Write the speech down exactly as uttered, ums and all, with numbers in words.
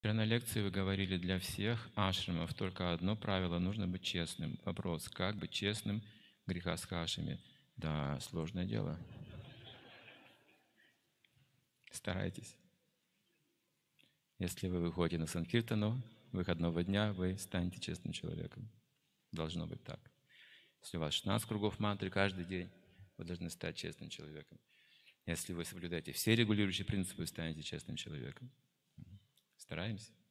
Вчера на лекции вы говорили, для всех ашрамов только одно правило — нужно быть честным. Вопрос: как быть честным в грехастха-ашраме? Да, сложное дело. Старайтесь. Если вы выходите на санкиртану выходного дня, вы станете честным человеком. Должно быть так. Если у вас шестнадцать кругов мантры каждый день, вы должны стать честным человеком. Если вы соблюдаете все регулирующие принципы, вы станете честным человеком. Стараемся.